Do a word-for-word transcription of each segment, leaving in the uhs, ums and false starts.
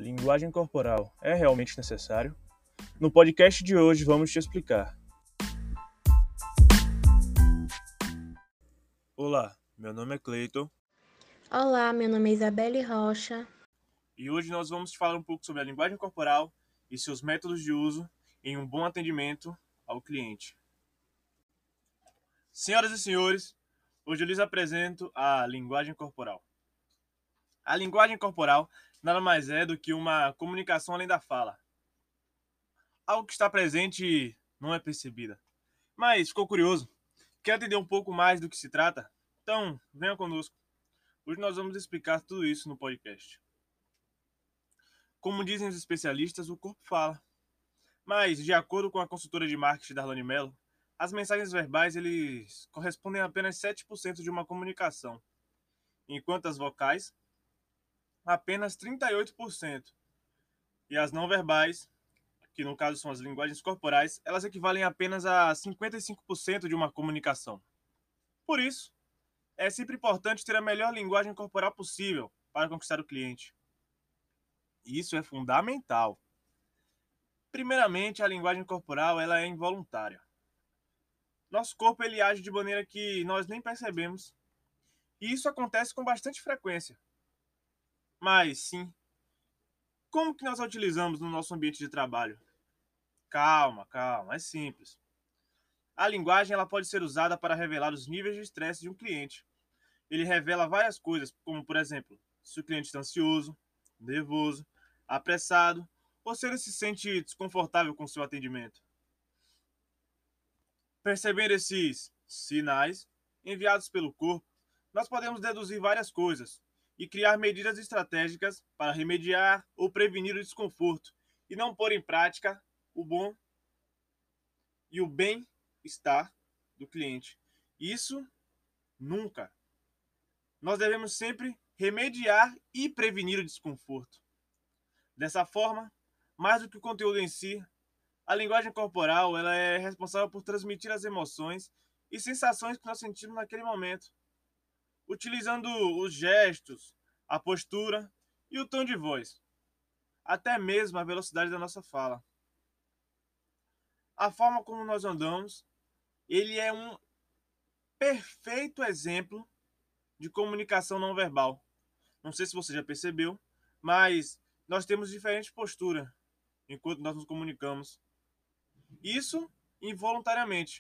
linguagem corporal é realmente necessário? No podcast de hoje vamos te explicar. Olá, meu nome é Cleiton. Olá, meu nome é Isabelle Rocha. E hoje nós vamos te falar um pouco sobre a linguagem corporal e seus métodos de uso em um bom atendimento ao cliente. Senhoras e senhores, hoje eu lhes apresento a linguagem corporal. A linguagem corporal nada mais é do que uma comunicação além da fala. Algo que está presente e não é percebida. Mas ficou curioso? Quer entender um pouco mais do que se trata? Então, venha conosco. Hoje nós vamos explicar tudo isso no podcast. Como dizem os especialistas, o corpo fala. Mas, de acordo com a consultora de marketing Darlane Mello, as mensagens verbais eles correspondem a apenas sete por cento de uma comunicação, enquanto as vocais, apenas trinta e oito por cento. E as não verbais, que no caso são as linguagens corporais, elas equivalem apenas a cinquenta e cinco por cento de uma comunicação. Por isso, é sempre importante ter a melhor linguagem corporal possível para conquistar o cliente. Isso é fundamental. Primeiramente, a linguagem corporal ela é involuntária. Nosso corpo ele age de maneira que nós nem percebemos. E isso acontece com bastante frequência. Mas, sim, como que nós a utilizamos no nosso ambiente de trabalho? Calma, calma, é simples. A linguagem ela pode ser usada para revelar os níveis de estresse de um cliente. Ele revela várias coisas, como, por exemplo, se o cliente está ansioso, nervoso, apressado, ou se ele se sente desconfortável com seu atendimento. Percebendo esses sinais enviados pelo corpo, nós podemos deduzir várias coisas e criar medidas estratégicas para remediar ou prevenir o desconforto e não pôr em prática o bom e o bem-estar do cliente. Isso nunca. Nós devemos sempre remediar e prevenir o desconforto. Dessa forma, mais do que o conteúdo em si, a linguagem corporal ela é responsável por transmitir as emoções e sensações que nós sentimos naquele momento, utilizando os gestos, a postura e o tom de voz, até mesmo a velocidade da nossa fala. A forma como nós andamos, ele é um perfeito exemplo de comunicação não verbal. Não sei se você já percebeu, mas nós temos diferentes posturas enquanto nós nos comunicamos. Isso involuntariamente.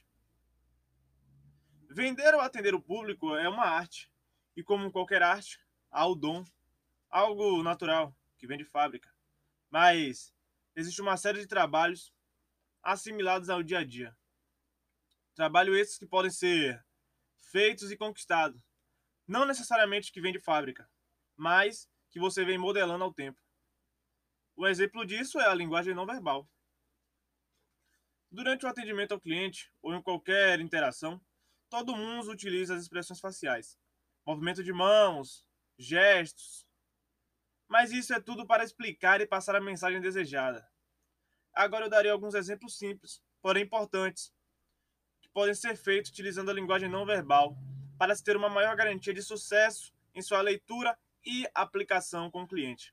Vender ou atender o público é uma arte. E como qualquer arte, há o dom, algo natural, que vem de fábrica. Mas existe uma série de trabalhos assimilados ao dia a dia. Trabalhos esses que podem ser feitos e conquistados. Não necessariamente que vem de fábrica, mas que você vem modelando ao tempo. Um exemplo disso é a linguagem não verbal. Durante o atendimento ao cliente ou em qualquer interação, todo mundo utiliza as expressões faciais, movimento de mãos, gestos, mas isso é tudo para explicar e passar a mensagem desejada. Agora eu darei alguns exemplos simples, porém importantes, que podem ser feitos utilizando a linguagem não verbal para se ter uma maior garantia de sucesso em sua leitura e aplicação com o cliente.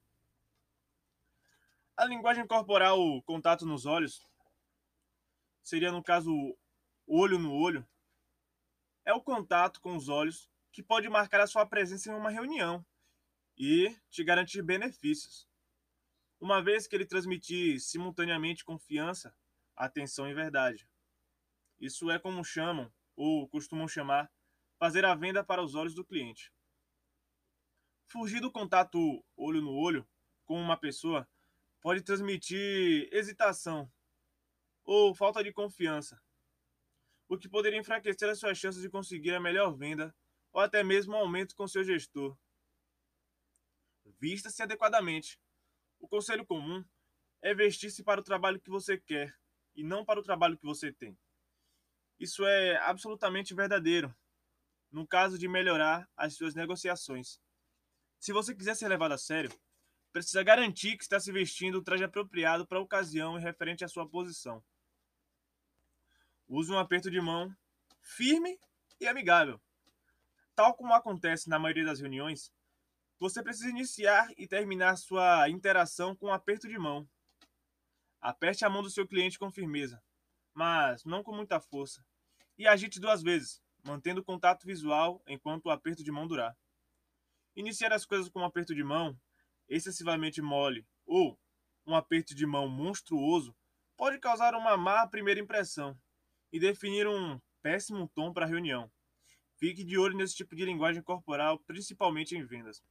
A linguagem corporal, o contato nos olhos, seria no caso olho no olho, é o contato com os olhos que pode marcar a sua presença em uma reunião e te garantir benefícios, uma vez que ele transmitir simultaneamente confiança, atenção e verdade. Isso é como chamam, ou costumam chamar, fazer a venda para os olhos do cliente. Fugir do contato olho no olho com uma pessoa pode transmitir hesitação ou falta de confiança, o que poderia enfraquecer as suas chances de conseguir a melhor venda ou até mesmo um aumento com seu gestor. Vista-se adequadamente. O conselho comum é vestir-se para o trabalho que você quer e não para o trabalho que você tem. Isso é absolutamente verdadeiro no caso de melhorar as suas negociações. Se você quiser ser levado a sério, precisa garantir que está se vestindo o traje apropriado para a ocasião e referente à sua posição. Use um aperto de mão firme e amigável. Tal como acontece na maioria das reuniões, Você precisa iniciar e terminar sua interação com um aperto de mão. Aperte a mão do seu cliente com firmeza, mas não com muita força. E agite duas vezes, mantendo o contato visual enquanto o aperto de mão durar. Iniciar as coisas com um aperto de mão excessivamente mole ou um aperto de mão monstruoso pode causar uma má primeira impressão e definir um péssimo tom para a reunião. Fique de olho nesse tipo de linguagem corporal, principalmente em vendas.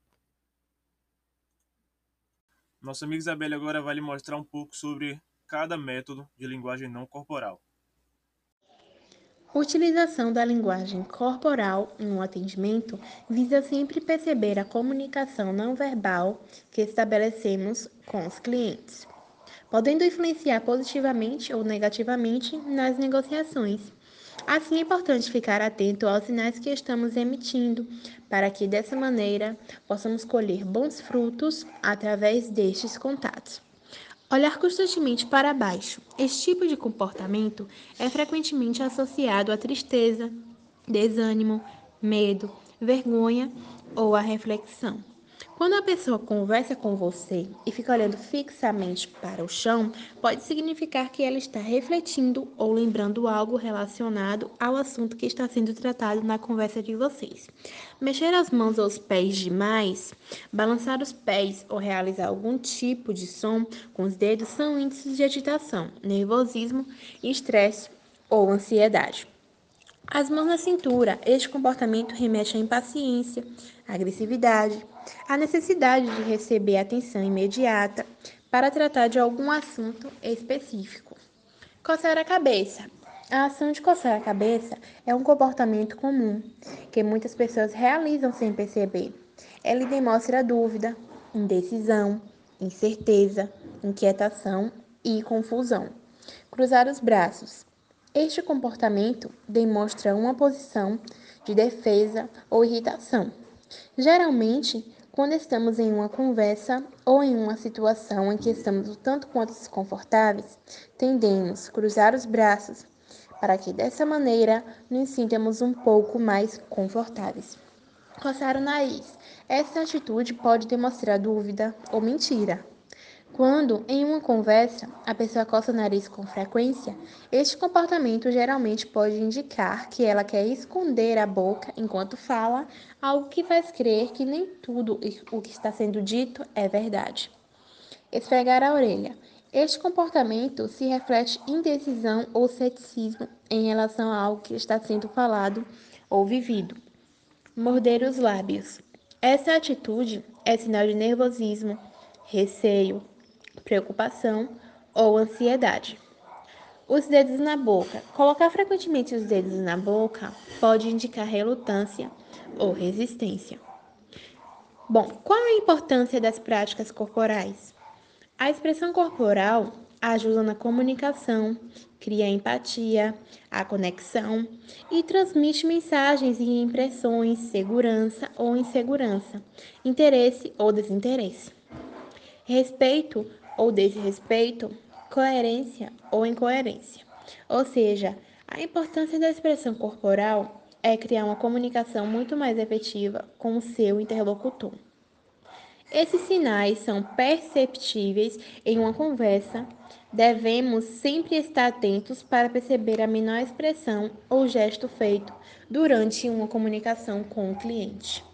Nossa amiga Isabelle agora vai lhe mostrar um pouco sobre cada método de linguagem não corporal. Utilização da linguagem corporal em um atendimento visa sempre perceber a comunicação não verbal que estabelecemos com os clientes, podendo influenciar positivamente ou negativamente nas negociações. Assim, é importante ficar atento aos sinais que estamos emitindo, para que dessa maneira possamos colher bons frutos através destes contatos. Olhar constantemente para baixo. Este tipo de comportamento é frequentemente associado à tristeza, desânimo, medo, vergonha ou à reflexão. Quando a pessoa conversa com você e fica olhando fixamente para o chão, pode significar que ela está refletindo ou lembrando algo relacionado ao assunto que está sendo tratado na conversa de vocês. Mexer as mãos ou os pés demais, balançar os pés ou realizar algum tipo de som com os dedos são índices de agitação, nervosismo, estresse ou ansiedade. As mãos na cintura. Este comportamento remete à impaciência, agressividade, à necessidade de receber atenção imediata para tratar de algum assunto específico. Coçar a cabeça. A ação de coçar a cabeça é um comportamento comum que muitas pessoas realizam sem perceber. Ele demonstra dúvida, indecisão, incerteza, inquietação e confusão. Cruzar os braços. Este comportamento demonstra uma posição de defesa ou irritação. Geralmente, quando estamos em uma conversa ou em uma situação em que estamos o tanto quanto desconfortáveis, tendemos a cruzar os braços para que dessa maneira nos sintamos um pouco mais confortáveis. Coçar o nariz. Essa atitude pode demonstrar dúvida ou mentira. Quando, em uma conversa, a pessoa coça o nariz com frequência, este comportamento geralmente pode indicar que ela quer esconder a boca enquanto fala, algo que faz crer que nem tudo o que está sendo dito é verdade. Esfregar a orelha. Este comportamento se reflete indecisão ou ceticismo em relação a algo que está sendo falado ou vivido. Morder os lábios. Essa atitude é sinal de nervosismo, receio, preocupação ou ansiedade. Os dedos na boca. Colocar frequentemente os dedos na boca pode indicar relutância ou resistência. Bom, qual a importância das práticas corporais? A expressão corporal ajuda na comunicação, cria empatia, a conexão e transmite mensagens e impressões, segurança ou insegurança, interesse ou desinteresse, respeito ou desrespeito, coerência ou incoerência. Ou seja, a importância da expressão corporal é criar uma comunicação muito mais efetiva com o seu interlocutor. Esses sinais são perceptíveis em uma conversa. Devemos sempre estar atentos para perceber a menor expressão ou gesto feito durante uma comunicação com o cliente.